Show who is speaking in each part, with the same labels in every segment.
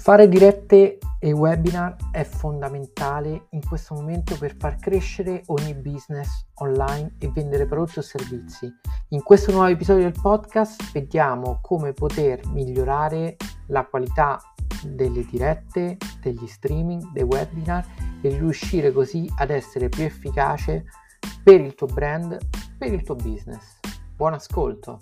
Speaker 1: Fare dirette e webinar è fondamentale in questo momento per far crescere ogni business online e vendere prodotti o servizi. In questo nuovo episodio del podcast vediamo come poter migliorare la qualità delle dirette, degli streaming, dei webinar e riuscire così ad essere più efficace per il tuo brand, per il tuo business. Buon ascolto!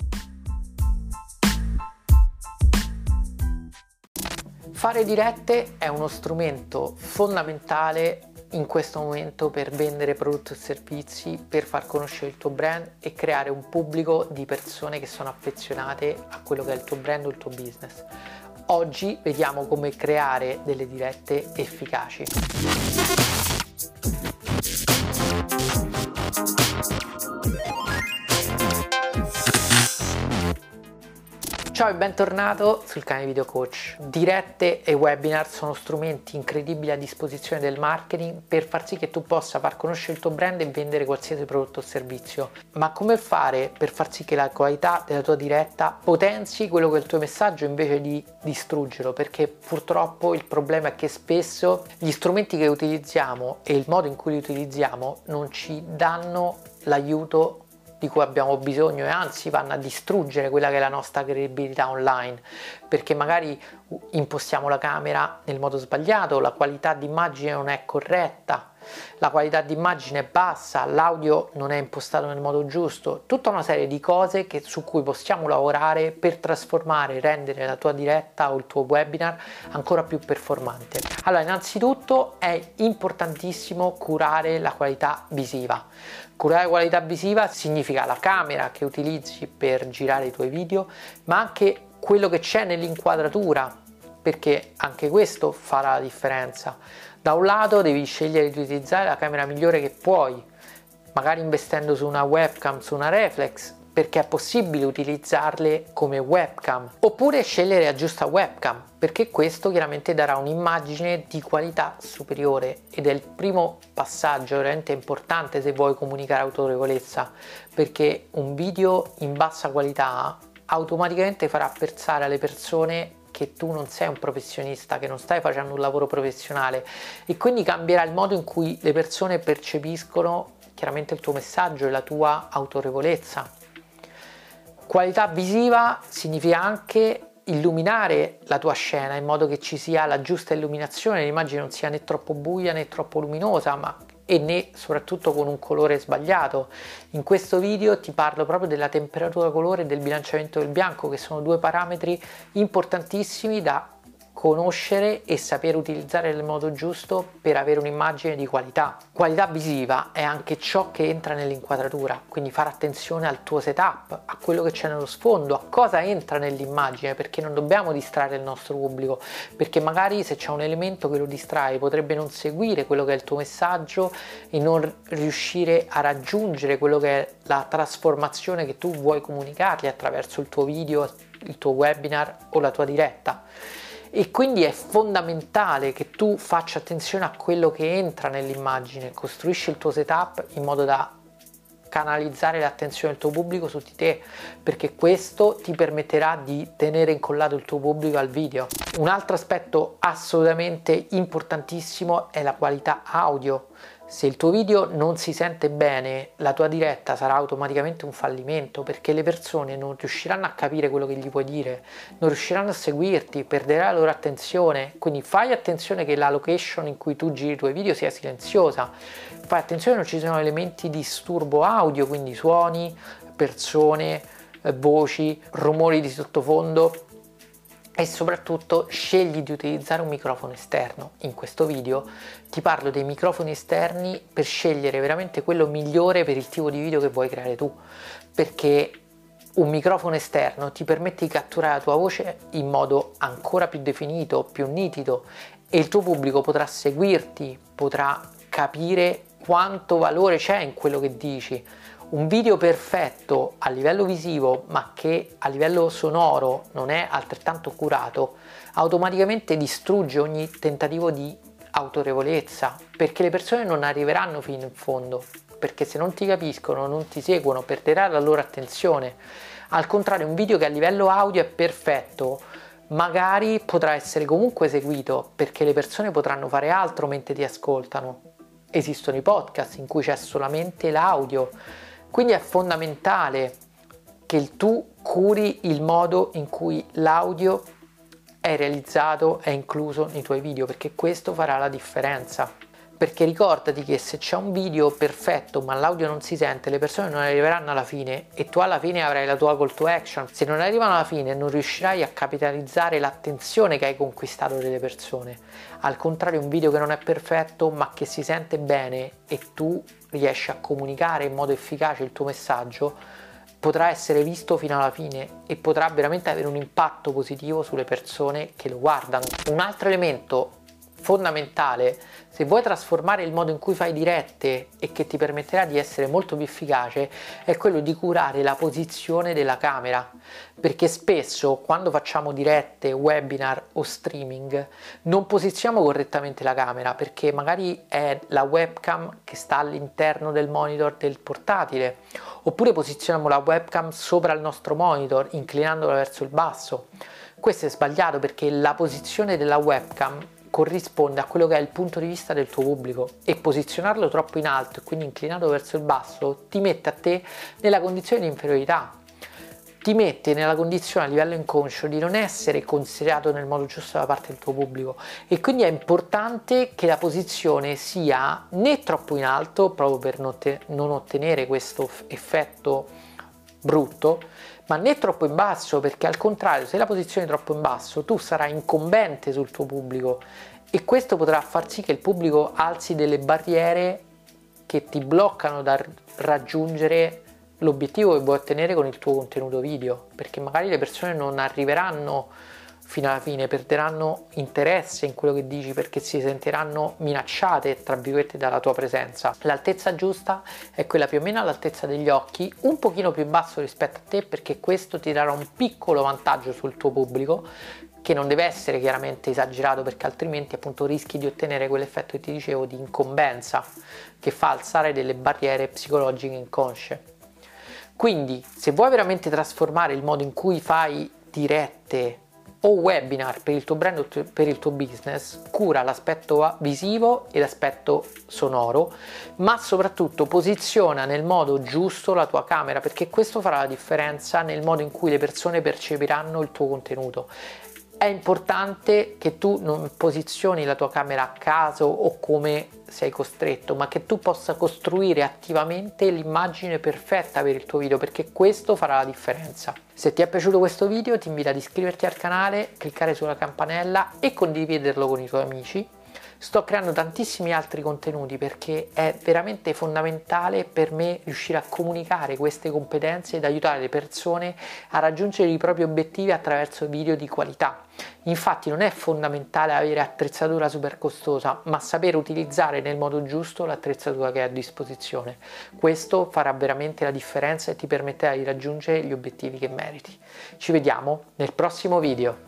Speaker 1: Fare dirette è uno strumento fondamentale in questo momento per vendere prodotti e servizi, per far conoscere il tuo brand e creare un pubblico di persone che sono affezionate a quello che è il tuo brand o il tuo business. Oggi vediamo come creare delle dirette efficaci. Ciao e bentornato sul canale Video Coach. Dirette e webinar sono strumenti incredibili a disposizione del marketing per far sì che tu possa far conoscere il tuo brand e vendere qualsiasi prodotto o servizio. Ma come fare per far sì che la qualità della tua diretta potenzi quello che è il tuo messaggio invece di distruggerlo? Perché purtroppo il problema è che spesso gli strumenti che utilizziamo e il modo in cui li utilizziamo non ci danno l'aiuto di cui abbiamo bisogno e anzi vanno a distruggere quella che è la nostra credibilità online, perché magari impostiamo la camera nel modo sbagliato, la qualità d'immagine non è corretta, la qualità d'immagine è bassa, l'audio non è impostato nel modo giusto, tutta una serie di cose su cui possiamo lavorare per trasformare e rendere la tua diretta o il tuo webinar ancora più performante. Allora, innanzitutto è importantissimo curare la qualità visiva. Curare la qualità visiva significa la camera che utilizzi per girare i tuoi video, ma anche quello che c'è nell'inquadratura, perché anche questo farà la differenza. Da un lato devi scegliere di utilizzare la camera migliore che puoi, magari investendo su una webcam, su una reflex, perché è possibile utilizzarle come webcam, oppure scegliere la giusta webcam, perché questo chiaramente darà un'immagine di qualità superiore ed è il primo passaggio veramente importante se vuoi comunicare autorevolezza, perché un video in bassa qualità automaticamente farà pensare alle persone che tu non sei un professionista, che non stai facendo un lavoro professionale e quindi cambierà il modo in cui le persone percepiscono chiaramente il tuo messaggio e la tua autorevolezza. Qualità visiva significa anche illuminare la tua scena in modo che ci sia la giusta illuminazione, l'immagine non sia né troppo buia né troppo luminosa, e né soprattutto con un colore sbagliato. In questo video ti parlo proprio della temperatura colore e del bilanciamento del bianco, che sono due parametri importantissimi da conoscere e saper utilizzare nel modo giusto per avere un'immagine di qualità. Qualità visiva è anche ciò che entra nell'inquadratura, quindi fare attenzione al tuo setup, a quello che c'è nello sfondo, a cosa entra nell'immagine, perché non dobbiamo distrarre il nostro pubblico, perché magari se c'è un elemento che lo distrae potrebbe non seguire quello che è il tuo messaggio e non riuscire a raggiungere quello che è la trasformazione che tu vuoi comunicargli attraverso il tuo video, il tuo webinar o la tua diretta. E quindi è fondamentale che tu faccia attenzione a quello che entra nell'immagine, costruisci il tuo setup in modo da canalizzare l'attenzione del tuo pubblico su di te, perché questo ti permetterà di tenere incollato il tuo pubblico al video. Un altro aspetto assolutamente importantissimo è la qualità audio. Se il tuo video non si sente bene, la tua diretta sarà automaticamente un fallimento, perché le persone non riusciranno a capire quello che gli puoi dire, non riusciranno a seguirti, perderai la loro attenzione. Quindi fai attenzione che la location in cui tu giri i tuoi video sia silenziosa, fai attenzione che non ci siano elementi di disturbo audio, quindi suoni, persone, voci, rumori di sottofondo. E soprattutto scegli di utilizzare un microfono esterno. In questo video ti parlo dei microfoni esterni per scegliere veramente quello migliore per il tipo di video che vuoi creare tu, perché un microfono esterno ti permette di catturare la tua voce in modo ancora più definito, più nitido, e il tuo pubblico potrà seguirti, potrà capire quanto valore c'è in quello che dici. Un video perfetto a livello visivo ma che a livello sonoro non è altrettanto curato automaticamente distrugge ogni tentativo di autorevolezza, perché le persone non arriveranno fino in fondo, perché se non ti capiscono, non ti seguono, perderai la loro attenzione. Al contrario, un video che a livello audio è perfetto magari potrà essere comunque seguito perché le persone potranno fare altro mentre ti ascoltano. Esistono i podcast in cui c'è solamente l'audio, quindi è fondamentale che tu curi il modo in cui l'audio è realizzato, è incluso nei tuoi video, perché questo farà la differenza. Perché ricordati che se c'è un video perfetto ma l'audio non si sente, le persone non arriveranno alla fine e tu alla fine avrai la tua call to action. Se non arrivano alla fine non riuscirai a capitalizzare l'attenzione che hai conquistato delle persone. Al contrario, un video che non è perfetto ma che si sente bene e tu riesci a comunicare in modo efficace il tuo messaggio, potrà essere visto fino alla fine e potrà veramente avere un impatto positivo sulle persone che lo guardano. Un altro elemento fondamentale, se vuoi trasformare il modo in cui fai dirette e che ti permetterà di essere molto più efficace, è quello di curare la posizione della camera, perché spesso quando facciamo dirette, webinar o streaming non posizioniamo correttamente la camera, perché magari è la webcam che sta all'interno del monitor del portatile, oppure posizioniamo la webcam sopra il nostro monitor inclinandola verso il basso. Questo è sbagliato perché la posizione della webcam corrisponde a quello che è il punto di vista del tuo pubblico e posizionarlo troppo in alto e quindi inclinato verso il basso ti mette a te nella condizione di inferiorità, ti mette nella condizione a livello inconscio di non essere considerato nel modo giusto da parte del tuo pubblico, e quindi è importante che la posizione sia né troppo in alto proprio per non ottenere questo effetto brutto, ma né troppo in basso, perché al contrario, se la posizione è troppo in basso tu sarai incombente sul tuo pubblico e questo potrà far sì che il pubblico alzi delle barriere che ti bloccano dal raggiungere l'obiettivo che vuoi ottenere con il tuo contenuto video, perché magari le persone non arriveranno fino alla fine, perderanno interesse in quello che dici perché si sentiranno minacciate, tra virgolette, dalla tua presenza. L'altezza giusta è quella più o meno all'altezza degli occhi, un pochino più basso rispetto a te, perché questo ti darà un piccolo vantaggio sul tuo pubblico, che non deve essere chiaramente esagerato, perché altrimenti appunto rischi di ottenere quell'effetto che ti dicevo di incombenza, che fa alzare delle barriere psicologiche inconsce. Quindi se vuoi veramente trasformare il modo in cui fai dirette o webinar per il tuo brand o per il tuo business, cura l'aspetto visivo e l'aspetto sonoro, ma soprattutto posiziona nel modo giusto la tua camera, perché questo farà la differenza nel modo in cui le persone percepiranno il tuo contenuto. È importante che tu non posizioni la tua camera a caso o come sei costretto, ma che tu possa costruire attivamente l'immagine perfetta per il tuo video, perché questo farà la differenza. Se ti è piaciuto questo video ti invito ad iscriverti al canale, cliccare sulla campanella e condividerlo con i tuoi amici. Sto creando tantissimi altri contenuti perché è veramente fondamentale per me riuscire a comunicare queste competenze ed aiutare le persone a raggiungere i propri obiettivi attraverso video di qualità. Infatti non è fondamentale avere attrezzatura super costosa, ma saper utilizzare nel modo giusto l'attrezzatura che hai a disposizione. Questo farà veramente la differenza e ti permetterà di raggiungere gli obiettivi che meriti. Ci vediamo nel prossimo video.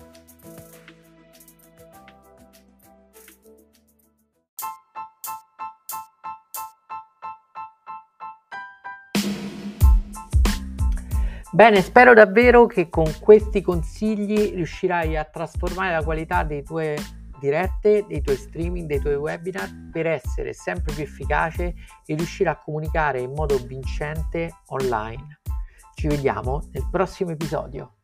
Speaker 1: Bene, spero davvero che con questi consigli riuscirai a trasformare la qualità delle tue dirette, dei tuoi streaming, dei tuoi webinar per essere sempre più efficace e riuscire a comunicare in modo vincente online. Ci vediamo nel prossimo episodio.